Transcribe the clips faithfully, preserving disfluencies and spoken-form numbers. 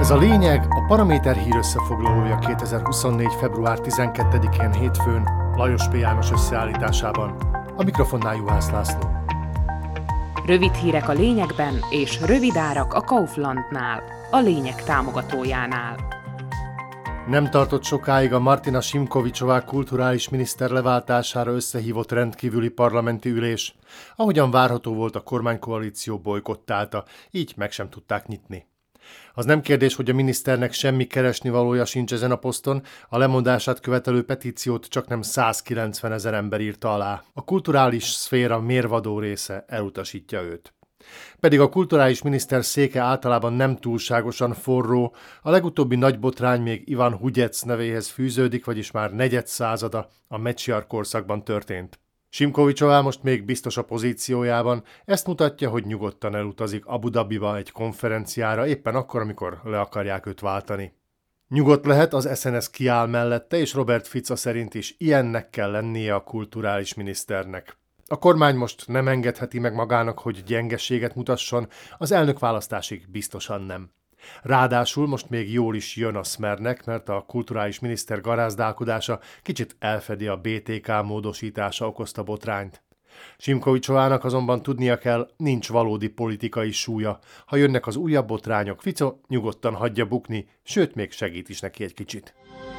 Ez a lényeg, a Paraméter hír összefoglalója kétezer-huszonnégy. február tizenkettedikén hétfőn Lajos P. János összeállításában. A mikrofonnál Juhász László. Rövid hírek a lényegben és rövid árak a Kauflandnál, a lényeg támogatójánál. Nem tartott sokáig a Martina Simkovicsová kulturális miniszter leváltására összehívott rendkívüli parlamenti ülés. Ahogyan várható volt, a kormánykoalíció bojkottálta, így meg sem tudták nyitni. Az nem kérdés, hogy a miniszternek semmi keresnivalója sincs ezen a poszton, a lemondását követelő petíciót csaknem százkilencvenezer ember írta alá. A kulturális szféra mérvadó része elutasítja őt. Pedig a kulturális miniszter széke általában nem túlságosan forró, a legutóbbi nagy botrány még Ivan Hugyec nevéhez fűződik, vagyis már negyed százada a Mečiar korszakban történt. Simkovicsová most még biztos a pozíciójában, ezt mutatja, hogy nyugodtan elutazik Abu Dhabiba egy konferenciára éppen akkor, amikor le akarják őt váltani. Nyugodt lehet, az es en es kiáll mellette, és Robert Fico szerint is ilyennek kell lennie a kulturális miniszternek. A kormány most nem engedheti meg magának, hogy gyengeséget mutasson, az elnökválasztásig biztosan nem. Ráadásul most még jól is jön a Smernek, mert a kulturális miniszter garázdálkodása kicsit elfedi a bé té ká módosítása okozta botrányt. Simkovicsovának azonban tudnia kell, nincs valódi politikai súlya. Ha jönnek az újabb botrányok, Fico nyugodtan hagyja bukni, sőt még segít is neki egy kicsit.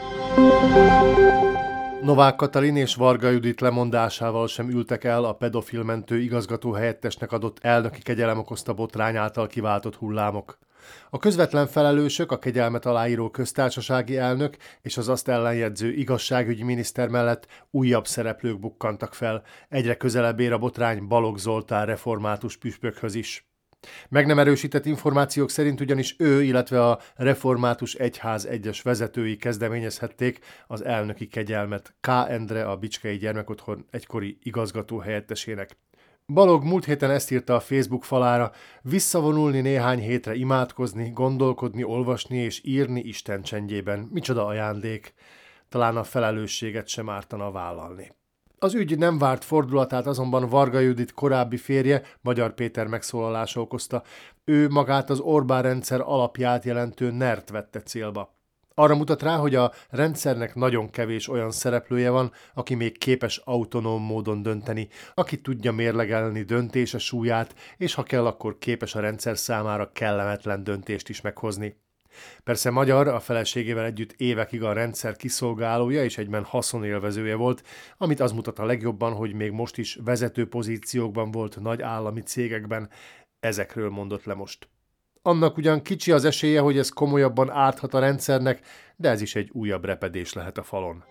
Novák Katalin és Varga Judit lemondásával sem ültek el a pedofilmentő igazgató helyettesnek adott elnöki kegyelem okozta botrány által kiváltott hullámok. A közvetlen felelősök, a kegyelmet aláíró köztársasági elnök és az azt ellenjegyző igazságügyi miniszter mellett újabb szereplők bukkantak fel, egyre közelebb ér a botrány Balogh Zoltán református püspökhöz is. Meg nem erősített információk szerint ugyanis ő, illetve a református egyház egyes vezetői kezdeményezhették az elnöki kegyelmet K. Endre, a Bicskei Gyermekotthon egykori igazgató helyettesének. Balogh múlt héten ezt írta a Facebook falára: visszavonulni néhány hétre, imádkozni, gondolkodni, olvasni és írni Isten csendjében. Micsoda ajándék! Talán a felelősséget sem ártana vállalni. Az ügy nem várt fordulatát azonban Varga Judit korábbi férje, Magyar Péter megszólalása okozta. Ő magát az Orbán rendszer alapját jelentő nert vette célba. Arra mutat rá, hogy a rendszernek nagyon kevés olyan szereplője van, aki még képes autonóm módon dönteni, aki tudja mérlegelni döntése súlyát, és ha kell, akkor képes a rendszer számára kellemetlen döntést is meghozni. Persze Magyar a feleségével együtt évekig a rendszer kiszolgálója és egyben haszonélvezője volt, amit az mutat a legjobban, hogy még most is vezető pozíciókban volt nagy állami cégekben. Ezekről mondott le most. Annak ugyan kicsi az esélye, hogy ez komolyabban árthat a rendszernek, de ez is egy újabb repedés lehet a falon.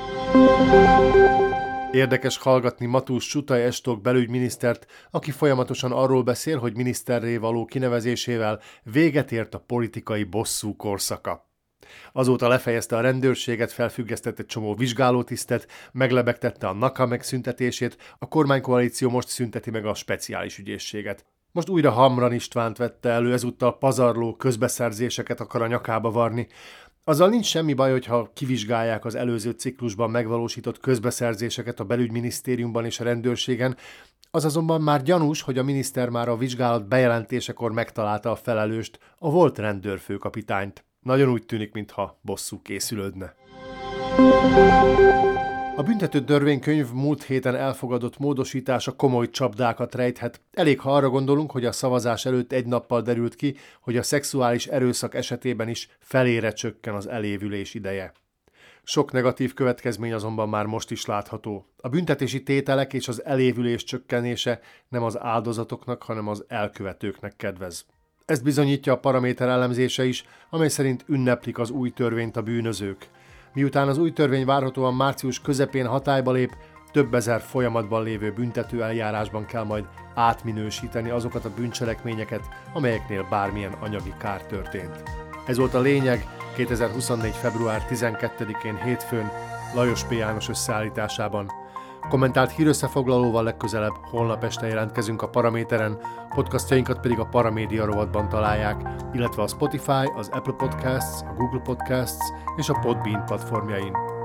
Érdekes hallgatni Matús Sutai Estok belügyminisztert, aki folyamatosan arról beszél, hogy miniszterré való kinevezésével véget ért a politikai bosszú korszaka. Azóta lefejezte a rendőrséget, felfüggesztett egy csomó vizsgálótisztet, meglebegtette a NAKA megszüntetését, a kormánykoalíció most szünteti meg a speciális ügyészséget. Most újra Hamran Istvánt vette elő, ezúttal pazarló közbeszerzéseket akar a nyakába varni. Azzal nincs semmi baj, hogyha kivizsgálják az előző ciklusban megvalósított közbeszerzéseket a belügyminisztériumban és a rendőrségen, az azonban már gyanús, hogy a miniszter már a vizsgálat bejelentésekor megtalálta a felelőst, a volt rendőrfőkapitányt. Nagyon úgy tűnik, mintha bosszú készülődne. A büntető törvénykönyv múlt héten elfogadott módosítása komoly csapdákat rejthet. Elég, ha arra gondolunk, hogy a szavazás előtt egy nappal derült ki, hogy a szexuális erőszak esetében is felére csökken az elévülés ideje. Sok negatív következmény azonban már most is látható. A büntetési tételek és az elévülés csökkenése nem az áldozatoknak, hanem az elkövetőknek kedvez. Ezt bizonyítja a Paraméter elemzése is, amely szerint ünneplik az új törvényt a bűnözők. Miután az új törvény várhatóan március közepén hatályba lép, több ezer folyamatban lévő büntető eljárásban kell majd átminősíteni azokat a bűncselekményeket, amelyeknél bármilyen anyagi kár történt. Ez volt a lényeg kétezer-huszonnégy. február tizenkettedikén hétfőn Lajos P. János összeállításában. Kommentált hírösszefoglalóval legközelebb holnap este jelentkezünk a Paraméteren, podcastjainkat pedig a Paramédia rovatban találják, illetve a Spotify, az Apple Podcasts, a Google Podcasts és a Podbean platformjain.